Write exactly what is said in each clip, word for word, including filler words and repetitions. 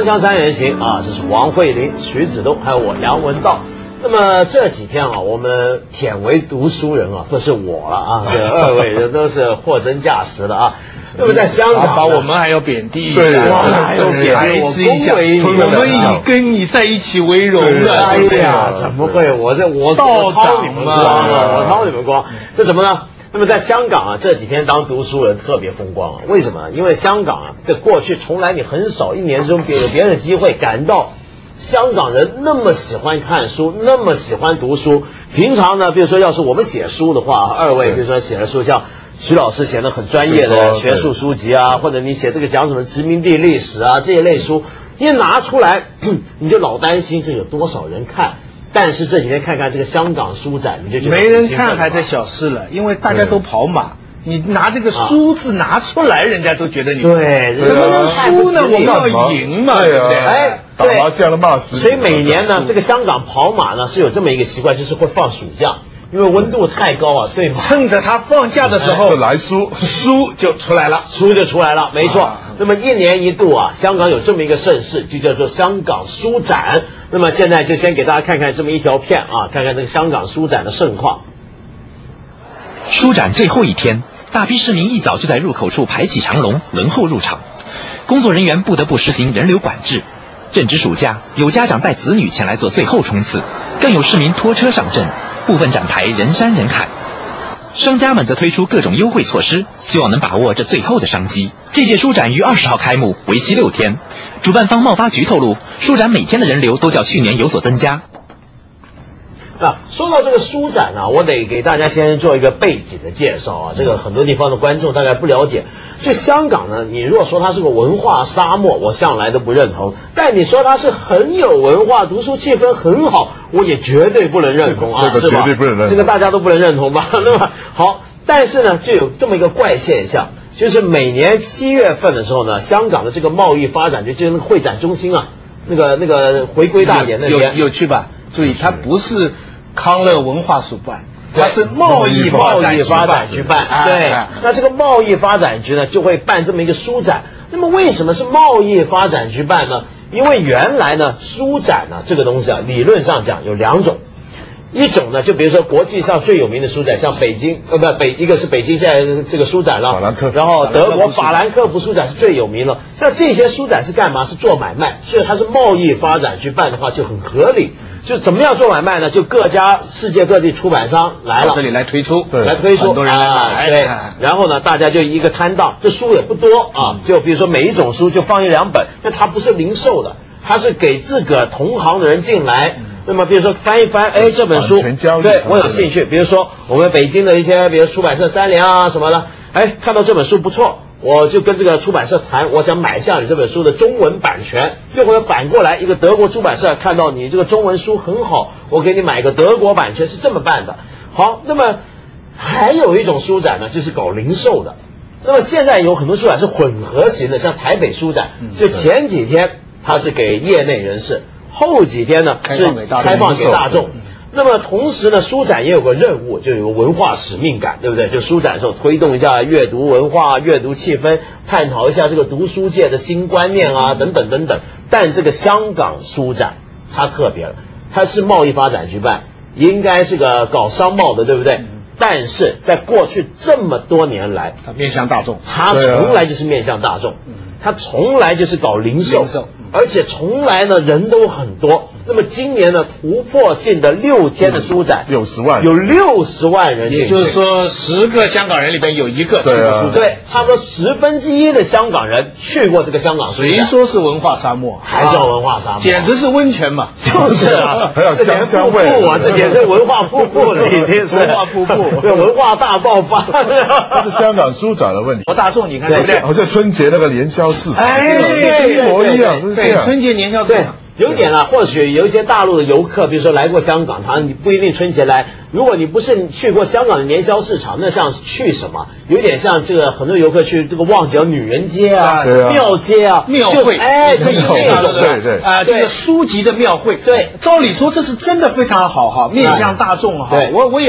锵锵三人行啊，这是王慧玲、徐子东还有我梁文道。那么这几天啊，我们忝为读书人啊，不是我了啊，这二位人都是货真价实的啊。那么在香港， 把我们还要贬低， 对，还有贬低， 我恭维，我们以跟你在一起为荣的。 哎呀，怎么会？我这我我掏你们光啊，我掏你们光，这怎么呢？那么在香港啊，这几天当读书人特别风光啊，为什么？因为香港啊，这过去从来你很少一年中有别人的机会感到香港人那么喜欢看书，那么喜欢读书。平常呢，比如说要是我们写书的话，二位比如说写的书像徐老师写的很专业的学术书籍啊，或者你写这个讲什么殖民地历史啊这一类书，一拿出来你就老担心这有多少人看。但是这几天看看这个香港书展，你就觉得没人看还在小事了，因为大家都跑马。你拿这个书字拿出来，人家都觉得你对， 怎么能输呢？我们要赢嘛，对不对？ 哎， 打麻将了骂死你。 所以每年呢，这个香港跑马呢是有这么一个习惯，就是会放暑假，因为温度太高啊，对马趁着他放假的时候就来书， 书就出来了， 书就出来了，没错。那么一年一度啊，香港有这么一个盛事，就叫做香港书展。那么现在就先给大家看看这么一条片啊，看看这个香港书展的盛况。 书展最后一天，大批市民一早就在入口处排起长龙，轮候入场。工作人员不得不实行人流管制。正值暑假，有家长带子女前来做最后冲刺，更有市民拖车上阵，部分展台人山人海。商家们则推出各种优惠措施，希望能把握这最后的商机。这届书展于二十号开幕，为期六天。主办方贸发局透露，书展每天的人流都较去年有所增加。 啊，说到这个书展啊，我得给大家先做一个背景的介绍啊。这个很多地方的观众大概不了解。所以香港呢，你如果说它是个文化沙漠，我向来都不认同；但你说它是很有文化，读书气氛很好，我也绝对不能认同啊， 这个绝对不能认同， 这个大家都不能认同吧？那么好，但是呢，就有这么一个怪现象，就是每年七月份的时候呢，香港的这个贸易发展局就是那个会展中心啊，那个那个回归大典那边有有去吧？注意，它不是康乐文化署办，它是贸易贸易发展局办。对，那这个贸易发展局呢，就会办这么一个书展。那么为什么是贸易发展局办呢？因为原来呢，书展呢这个东西啊，理论上讲有两种。一种呢，就比如说国际上最有名的书展，像北京呃不北一个是北京现在这个书展了， 法兰克福， 然后德国法兰克福书展是最有名了。像这些书展是干嘛？是做买卖，所以它是贸易发展局办的话就很合理。就怎么样做买卖呢？就各家世界各地出版商来了， 这里来推出， 来推出， 很多人来买， 对。然后呢，大家就一个摊档，这书也不多啊，就比如说每一种书就放一两本，那它不是零售的，它是给自个同行的人进来。那么比如说翻一翻，哎，这本书对我有兴趣，比如说我们北京的一些，比如出版社三联啊什么的，哎，看到这本书不错，我就跟这个出版社谈，我想买下你这本书的中文版权。又或者反过来，一个德国出版社看到你这个中文书很好，我给你买个德国版权，是这么办的。好，那么还有一种书展呢，就是搞零售的。那么现在有很多书展是混合型的，像台北书展，就前几天它是给业内人士。后几天呢是开放给大众，那么同时呢，书展也有个任务，就有个文化使命感，对不对？就书展的时候推动一下阅读文化、阅读气氛，探讨一下这个读书界的新观念啊，等等等等。但这个香港书展它特别了，它是贸易发展局办，应该是个搞商贸的，对不对？但是在过去这么多年来， 它面向大众， 它从来就是面向大众，它从来就是搞零售。而且从来呢人都很多，那么今年呢突破性的六天的书展， 六十万， 有六十万人进去， 也就是说十个香港人里边有一个去过书展， 对，差不多十分之一的香港人去过这个香港书展。 谁说是文化沙漠？ 还叫文化沙漠？ 简直是温泉嘛！ 就是啊， 还有香香味啊，这简直文化瀑布了，已经是文化瀑布， 对，文化大爆发。 这是香港书展的问题。 我大众，你看对不对？ 好像春节那个年宵市场， 哎， 一模一样， 对，春节年宵市场。 有点啊，或许有一些大陆的游客，比如说来过香港，他你不一定春节来。如果你不是去过香港的年宵市场，那像去什么？有点像这个很多游客去这个旺角女人街啊、庙街啊、 庙会， 哎，对对对对啊，这个书籍的庙会， 对， 照理说这是真的非常好哈，面向大众哈。我我也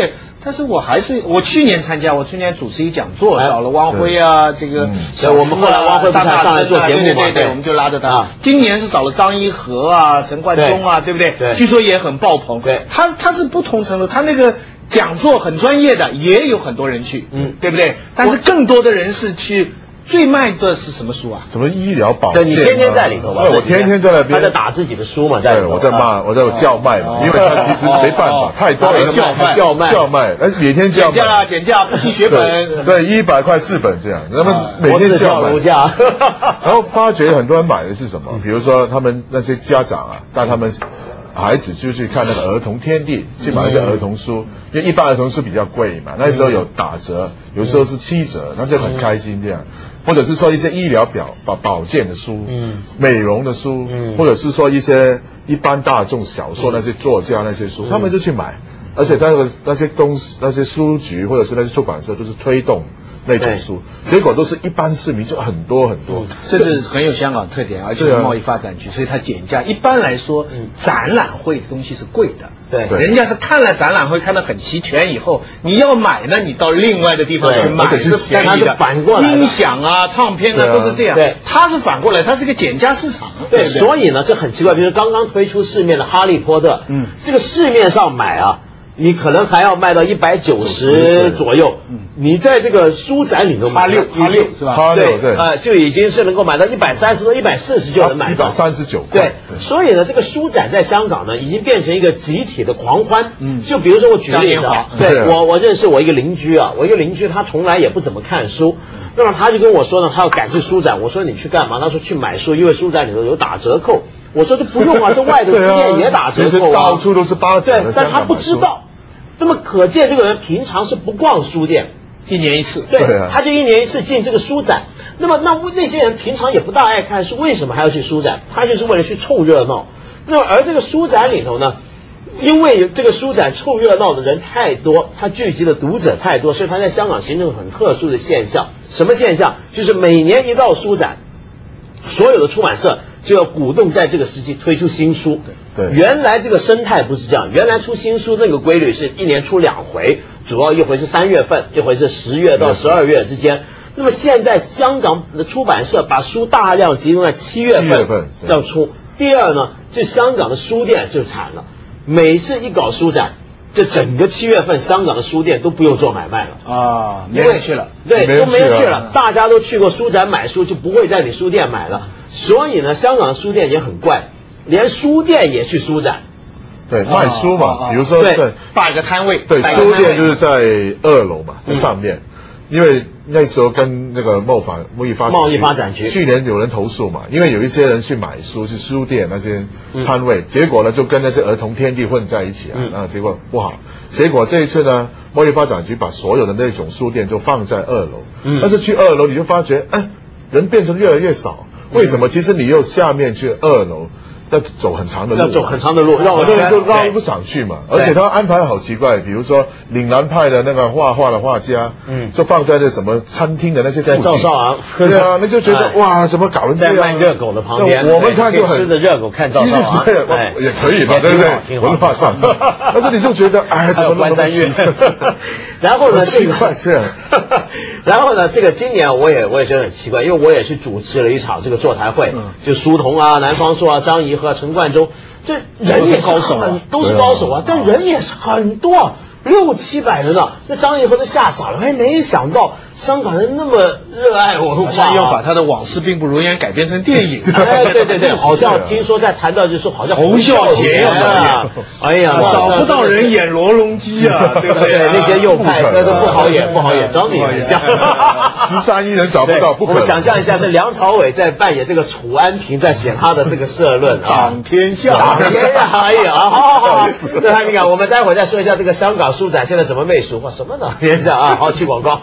但是我还是我去年参加，我去年主持一讲座， 哎找了汪辉啊，这个对我们后来汪辉不是还上来做节目嘛对对对对，我们就拉着他啊。 今年是找了张一和啊、陈冠中啊，对不对？ 对据说也很爆棚。 对他他是不同程度，他那个讲座很专业的，也有很多人去， 嗯对不对？但是更多的人是去。最卖的是什么书啊？ 什么医疗保健？ 对你天天在里头吧？ 对，我天天在那边。 他在打自己的书嘛，在对，我在骂，我在叫卖嘛，因为他其实没办法，太多人叫卖叫卖叫卖，哎，每天叫减价减价，不惜血本。 对，一百块四本这样，那么每天叫卖。 价。 然后发觉很多人买的是什么？比如说他们那些家长啊，带他们孩子就去看那个儿童天地，去买一些儿童书，因为一般儿童书比较贵嘛，那时候有打折，有时候是七折，那就很开心这样。或者是说一些医疗表保保健的书，嗯，美容的书，嗯，或者是说一些一般大众小说那些作家那些书，嗯、他们就去买，而且那个那些东西那些书局或者是那些出版社都是推动那种书，结果都是一般市民就很多很多， 这是很有香港特点，而且有贸易发展局，所以它减价。一般来说，嗯、展览会的东西是贵的。 对， 人家是看了展览会看得很齐全以后，你要买呢，你到另外的地方去买是便宜的。 反过来， 音响啊、唱片啊都是这样。 对， 它是反过来，它是个减价市场。 对，所以呢，这很奇怪。比如刚刚推出市面的《哈利波特》，嗯，这个市面上买啊，你可能还要卖到一百九十左右。嗯，你在这个书展里头买六八六是吧？ 八六对， 呃，就已经是能够买到一百三十多、一百四十就能买到。 一百三十九。 对，所以呢，这个书展在香港呢，已经变成一个集体的狂欢。嗯，就比如说我举例子，对我我认识我一个邻居啊，我一个邻居他从来也不怎么看书，那么他就跟我说呢，他要赶去书展。我说你去干嘛？他说去买书，因为书展里头有打折扣。我说这不用啊，这外的书店也打折扣啊， 到处都是八折。 对，但他不知道。那么可见这个人平常是不逛书店。 一年一次， 对，他就一年一次进这个书展。那么，那那些人平常也不大爱看书，为什么还要去书展？他就是为了去凑热闹。那么，而这个书展里头呢，因为这个书展凑热闹的人太多，他聚集的读者太多，所以他在香港形成很特殊的现象。什么现象？就是每年一到书展，所有的出版社就要鼓动在这个时期推出新书。 对， 原来这个生态不是这样，原来出新书那个规律是一年出两回。主要一回是三月份，一回是十月到十二月之间。那么现在香港的出版社把书大量集中在七月份要出。第二呢，就香港的书店就惨了，每次一搞书展，这整个七月份香港的书店都不用做买卖了啊，没人去了， 对，都没人去了，大家都去过书展买书，就不会在你书店买了。所以呢，香港的书店也很怪，连书店也去书展。 对，卖书嘛，比如说在摆个摊位， 对，书店就是在二楼嘛，在上面，因为那时候跟那个贸发贸易发贸易发展局去年有人投诉嘛，因为有一些人去买书，去书店那些摊位，结果呢就跟那些儿童天地混在一起啊，那结果不好。结果这一次呢，贸易发展局把所有的那种书店就放在二楼，但是去二楼你就发觉，哎，人变成越来越少，为什么？其实你又下面去二楼。要走很长的路， 要走很长的路，让我就就大家不想去嘛。而且他安排好奇怪，比如说岭南派的那个画画的画家，嗯，就放在那什么餐厅的那些赵少昂， 对啊，那就觉得哇，怎么搞成这样？ 在卖热狗的旁边， 我们看就很吃的热狗，看赵少昂， 也可以嘛，对不对？文化上，但是你就觉得哎，怎么关三月？然后呢， 奇怪这样， 然后呢，这个今年我也我也觉得很奇怪，因为我也去主持了一场这个座谈会，就书童啊、南方朔啊、张怡和陈冠中，这人也是高手啊，都是高手啊，但人也是很多，六七百人呢。那张怡和都吓傻了，哎，没想到香港人那么热爱文化， 要把他的往事并不如愿改编成电影。 哎，对对对，好像听说在谈到就是说，好像侯孝贤啊，哎呀， 找不到人演罗隆基啊，对不对？ 那些右派那都不好演，不好演，找你一下。 十三亿人找不到，不可能。 我们想象一下，是梁朝伟在扮演这个楚安平，在写他的这个社论啊， 党天下， 党天下，哎呀，好好好，那还没讲，我们待会儿再说一下这个香港书展现在怎么媚俗化，什么呢？别讲啊，好，去广告。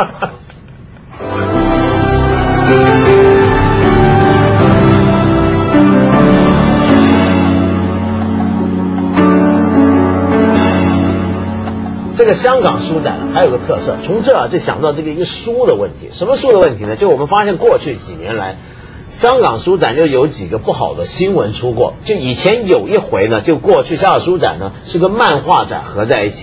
这个香港书展还有个特色，从这儿就想到这个一个书的问题。什么书的问题呢？就我们发现过去几年来，香港书展就有几个不好的新闻出过。就以前有一回呢，就过去香港书展呢是跟漫画展合在一起。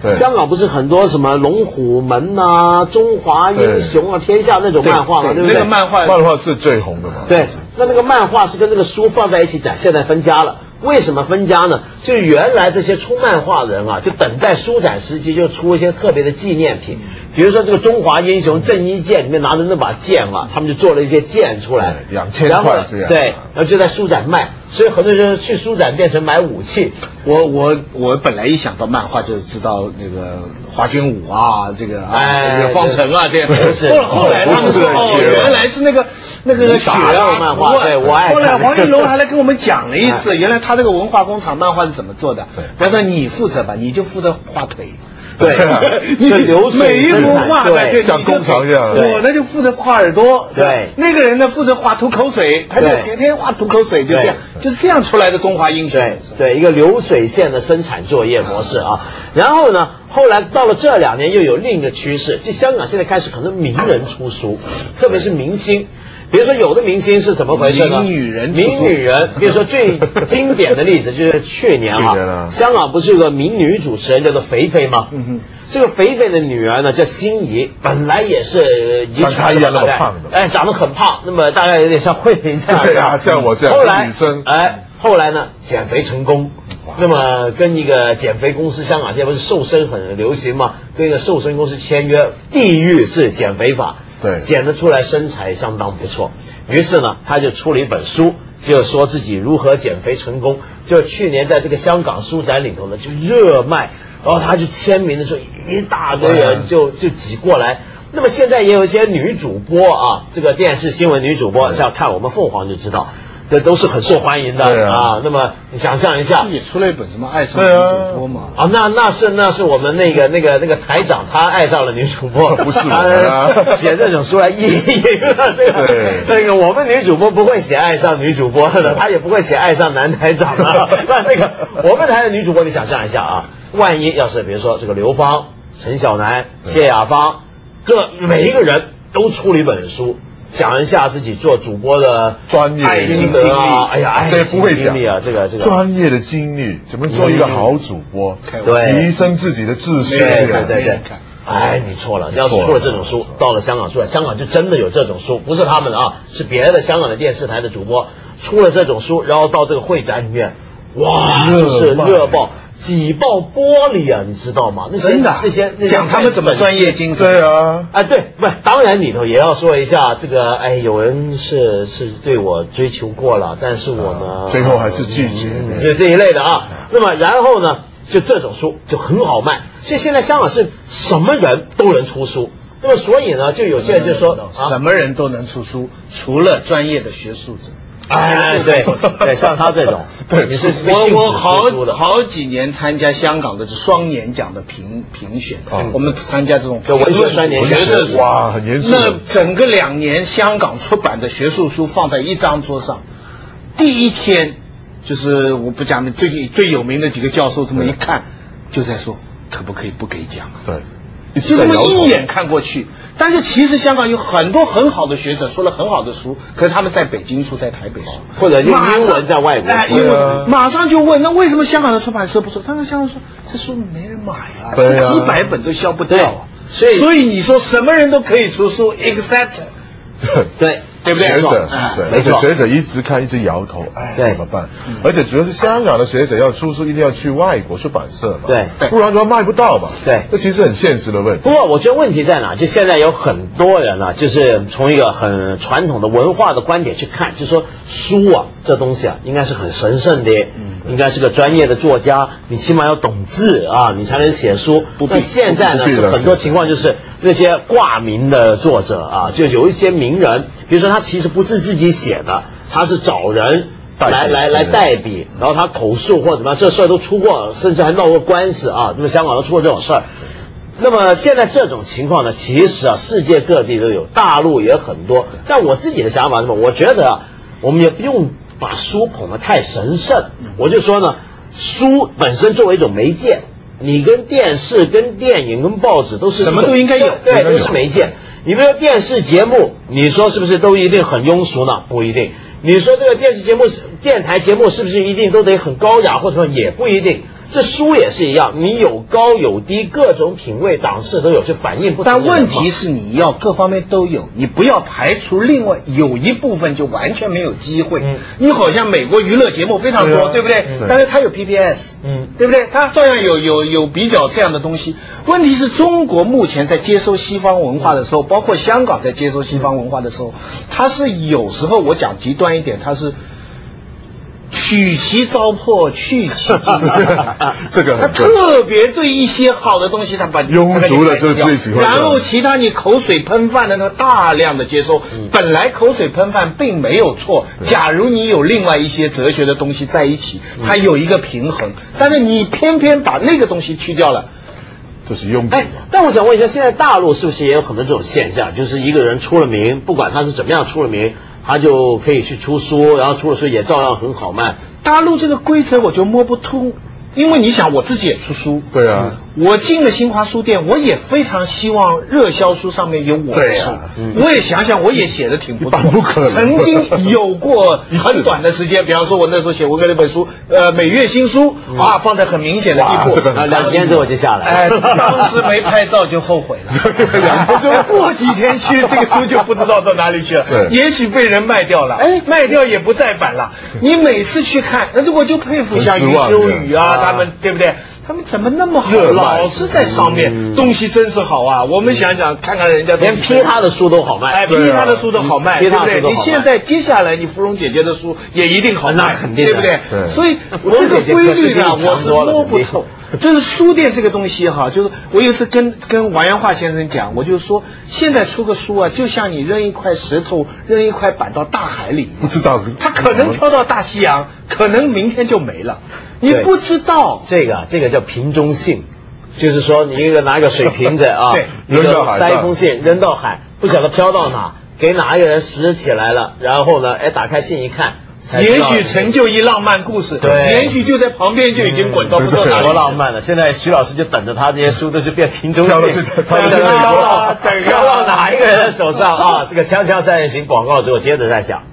香港不是很多什么龙虎门啊、中华英雄啊、天下那种漫画嘛，对不对？ 那个漫画漫画是最红的嘛。 对，那那个漫画是跟这个书放在一起展，现在分家了。为什么分家呢？就原来这些出漫画的人啊，就等待书展时期就出一些特别的纪念品，比如说这个中华英雄正一剑里面拿着那把剑啊，他们就做了一些剑出来， 两千块这样， 对，然后就在书展卖，所以很多人去书展变成买武器。 我我我本来一想到漫画就知道那个华君武啊，这个哎，这个方程啊，这样。后后来他们说哦，原来是那个那个血啊漫画，对我爱看。 后来黄玉龙还来跟我们讲了一次，原来他这个文化工厂漫画是怎么做的。难道你负责吧？你就负责画腿。 对，就流水每一幅画对，像工厂这样。 我呢就负责画耳朵， 对， 那个人呢负责画吐口水，他就天天画吐口水，就这样，就是这样出来的中华英雄。 对对，一个流水线的生产作业模式啊。然后呢，后来到了这两年又有另一个趋势，就香港现在开始很多名人出书，特别是明星。比如说，有的明星是怎么回事呢？ 名女人， 名女人。比如说最经典的例子就是去年啊，香港不是有个名女主持人叫做肥肥吗？嗯哼。这个肥肥的女儿呢叫心怡，本来也是遗传的嘛，哎，长得很胖，那么大概有点像慧玲这样。 对啊，像我这样。 后来女生， 哎，后来呢减肥成功，那么跟一个减肥公司，香港现在不是瘦身很流行嘛，跟一个瘦身公司签约，地狱式减肥法。 对， 减得出来身材相当不错，于是呢，他就出了一本书，就说自己如何减肥成功。就去年在这个香港书展里头呢，就热卖，然后他就签名的时候，一大堆人就就挤过来。那么现在也有一些女主播啊，这个电视新闻女主播，像看我们凤凰就知道。这都是很受欢迎的 啊, 啊。那么你想象一下， 也出了一本什么爱上女主播嘛？ 啊，那那是那是我们那个那个那个台长，他爱上了女主播， 不是我啊， 写这种书来意淫了这个那个我们女主播不会写爱上女主播的，他也不会写爱上男台长的。那这个我们台的女主播，你想象一下啊，万一要是比如说这个刘芳、陈小南、谢雅芳，这每一个人都出了一本书。讲一下自己做主播的专业心得啊，哎呀， 这不会讲啊，这个这个专业的经历，怎么做一个好主播， 对， 提升自己的自信， 对对对对。哎，你错了，要是出了这种书，到了香港出来，香港就真的有这种书，不是他们的啊，是别的香港的电视台的主播出了这种书，然后到这个会展里面，哇，就是热爆。挤爆玻璃啊，你知道吗？那些真的那些那些讲他们怎么专业精神？ 对啊， 啊对，不是，当然里头也要说一下这个，哎，有人是是对我追求过了，但是我呢， 啊、最后还是拒绝， 嗯、就这一类的啊。那么然后呢，就这种书就很好卖，所以现在香港是什么人都能出书。那么所以呢，就有些人就说， 啊、什么人都能出书，除了专业的学术者。 哎，对对，像他这种， 对， 你是我我好好几年参加香港的双年奖的评评选，嗯、我们参加这种文学双年奖，哇，很严肃。 那整个两年香港出版的学术书放在一张桌上，第一天就是我不讲的最最有名的几个教授，这么一看就在说，可不可以不给奖啊？ 对， 就这么一眼看过去。但是其实香港有很多很好的学者，说了很好的书，可是他们在北京出，在台北出， 或者用英文在外国出， 哎，英文马上就问，那为什么香港的出版社不出？他们香港说，这书没人买啊， 对啊， 几百本都销不掉啊。 所以所以你说什么人都可以出书 ，except 对。 对不对？学者，对，而且学者一直看，一直摇头，哎，怎么办？而且主要是香港的学者要出书，一定要去外国出版社嘛， 对， 不然的话卖不到嘛， 对， 这其实很现实的问题。 不过我觉得问题在哪？就现在有很多人啊，就是从一个很传统的文化的观点去看，就说书啊，这东西啊，应该是很神圣的，嗯，应该是个专业的作家，你起码要懂字啊，你才能写书。那现在呢，是很多情况就是那些挂名的作者啊，就有一些名人。比如说他其实不是自己写的，他是找人来来来代笔，然后他口述或者怎么样，这事儿都出过，甚至还闹过官司啊。那么香港都出过这种事儿。那么现在这种情况呢，其实啊，世界各地都有，大陆也很多。但我自己的想法是什么？我觉得啊，我们也不用把书捧得太神圣。我就说呢，书本身作为一种媒介，你跟电视、跟电影、跟报纸都是什么都应该有， 对，都是媒介。你比如说电视节目，你说是不是都一定很庸俗呢？不一定。你说这个电视节目、电台节目是不是一定都得很高雅，或者说也不一定。 这书也是一样，你有高有低，各种品味档次都有，就反映不同的人嘛。 但问题是你要各方面都有，你不要排除另外有一部分就完全没有机会。嗯，你好像美国娱乐节目非常多， 对,、啊、对不对？嗯、但是它有 P B S， 嗯，对不对？它照样有有有比较这样的东西。问题是中国目前在接收西方文化的时候，包括香港在接收西方文化的时候，它是有时候我讲极端一点，它是取其糟粕，去其精华。 这个他特别对一些好的东西，他把庸俗的就最喜欢， 然后其他你口水喷饭的，他大量的接收。嗯、本来口水喷饭并没有错，假如你有另外一些哲学的东西在一起，它有一个平衡。嗯、但是你偏偏把那个东西去掉了。 就是庸俗。 哎，但我想问一下，现在大陆是不是也有很多这种现象？就是一个人出了名，不管他是怎么样出了名，他就可以去出书，然后出了书也照样很好卖。 大陆这个规则我就摸不通，因为你想我自己也出书， 对啊， 我进了新华书店，我也非常希望热销书上面有我的书，啊嗯、我也想想我也写的挺不错， 不可能。 曾经有过很短的时间，比方说我那时候写过那本书，呃，每月新书、嗯、啊，放在很明显的地步， 这个两天之后就下来， 哎，当时没拍照就后悔了，两天就过几天去，这个书就不知道到哪里去了，也许被人卖掉了，哎，卖掉也不再版了。你每次去看，那我就佩服像余秋雨啊，他们对不对？他们怎么那么好，老是在上面，嗯、东西真是好啊！我们想想看看人家， 连批他的书都好卖， 哎，批他的书都好卖，对不对？你现在接下来你芙蓉姐姐的书也一定好卖， 那肯定对不对？ 对。 所以这个规律呢，我是摸不透。就是书店这个东西哈，就是我有一次跟跟王元化先生讲，我就说现在出个书啊，就像你扔一块石头、扔一块板到大海里， 不知道它可能飘到大西洋，可能明天就没了，你不知道。 这个这个叫瓶中信，就是说你一个拿一个水瓶子啊， 扔到海， 塞一封信扔到海，不晓得飘到哪，给哪一个人拾起来了，然后呢，哎，打开信一看。 也许成就一浪漫故事， 对， 也许就在旁边就已经滚到不知道哪里。 多浪漫了！现在徐老师就等着他这些书都是变瓶中信， 飘到飘到哪一个人的手上啊？这个锵锵三人行广告之后接着再讲。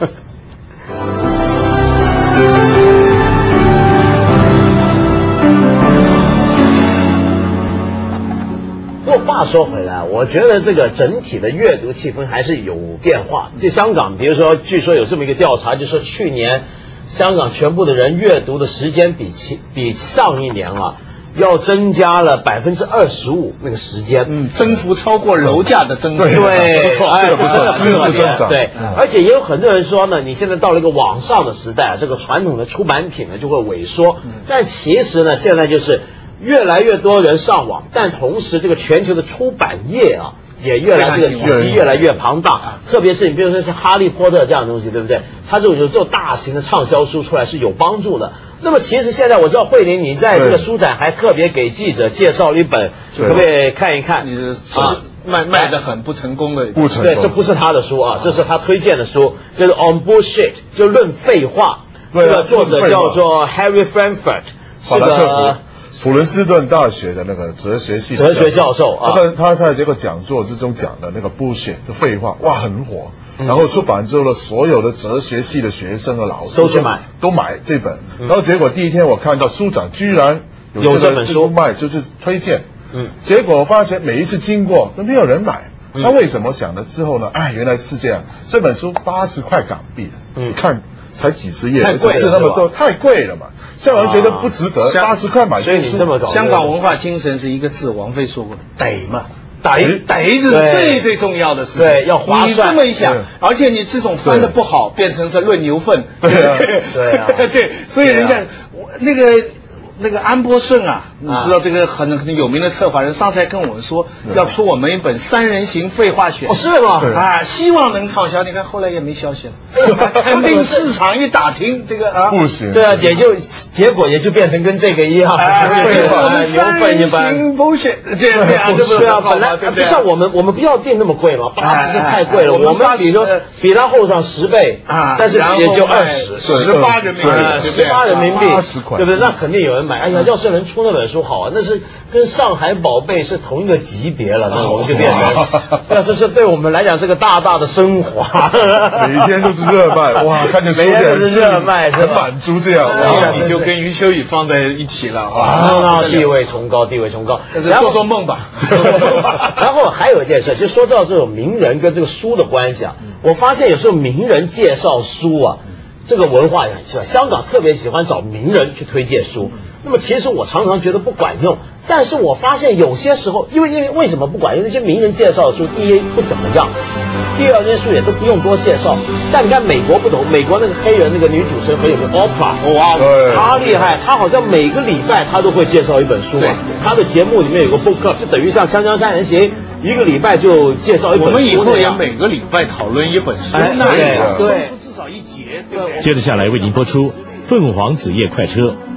不过话说回来，我觉得这个整体的阅读气氛还是有变化。在香港，比如说，据说有这么一个调查，就说去年香港全部的人阅读的时间比其比上一年啊要增加了百分之二十五那个时间， 嗯，增幅超过楼价的增幅， 对， 不错， 哎， 这个不错， 真的是增对，而且也有很多人说呢，你现在到了一个网上的时代啊，这个传统的出版品呢就会萎缩，但其实呢，现在就是越来越多人上网，但同时这个全球的出版业啊也越来这个体积越来越庞大，特别是你比如说像哈利波特这样的东西，对不对？它这种有这种大型的畅销书出来是有帮助的。那么其实现在我知道慧玲你在这个书展还特别给记者介绍了一本，可不可以看一看？ 你是啊，卖卖的很不成功的， 不成功。 对，这不是他的书啊，这是他推荐的书，就是 On Bullshit， 就论废话。这个作者叫做 Harry Frankfurt， 是个普林斯顿大学的那个哲学系哲学教授啊， 他他在这个讲座之中讲的那个 bullshit 就废话，哇，很火。嗯、然后出版之后呢，所有的哲学系的学生和老师都去买， 都买这本。嗯、然后结果第一天我看到书展居然有有这本书卖，就是推荐。嗯，结果我发觉每一次经过都没有人买。嗯、那为什么想了之后呢？哎，原来是这样。这本书八十块港币，嗯，看才几十页， 太贵了， 是那么多，太贵了嘛。像我觉得不值得，八十块买。 所以你这么搞， 香港文化精神是一个字，王菲说过的，得嘛。得得这是最最重要的事情， 对，要划算。 你这么一想，而且你这种翻的不好，变成是论牛粪， 对啊， 对啊， 对，所以人家那个那个安波顺啊，你知道这个很很有名的策划人，上次还跟我们说要出我们一本三人行废话选， 哦，是吗？ 啊，希望能畅销。你看后来也没消息了，肯定市场一打听这个啊， 不行， 对啊，也就结果也就变成跟这个一样， 废话牛粪一般，对对啊， 对啊，本来不像我们，我们不要定那么贵嘛，八十太贵了，我们比如比它厚上十倍啊，但是也就二十， 十八人民币， 十八人民币， 八十块， 对不对？那肯定有人买。 买，哎呀，要是能出那本书好啊，那是跟上海宝贝是同一个级别了，那我们就变成，那这是对我们来讲是个大大的升华。 每一天都是热卖，哇，看着书每天都是热卖， 很满足这样，哇， 你就跟余秋雨放在一起了， 啊，地位崇高，地位崇高。 然后做做梦吧。 然后还有一件事，就说到这种名人跟这个书的关系啊，我发现有时候名人介绍书啊，这个文化也很奇怪。香港特别喜欢找名人去推荐书，那么其实我常常觉得不管用，但是我发现有些时候，因为因为为什么不管用？那些名人介绍的书，第一不怎么样，第二那些书也都不用多介绍。但你看美国不同，美国那个黑人那个女主持人很有名 ，Oprah， 哇，她厉害，她好像每个礼拜她都会介绍一本书嘛。她的节目里面有个 book club， 就等于像《锵锵三人行》，一个礼拜就介绍一本书。 我们以后也每个礼拜讨论一本书， 哎、 那对对， 至少一节，对不对？ 接着下来为您播出《凤凰子夜快车》。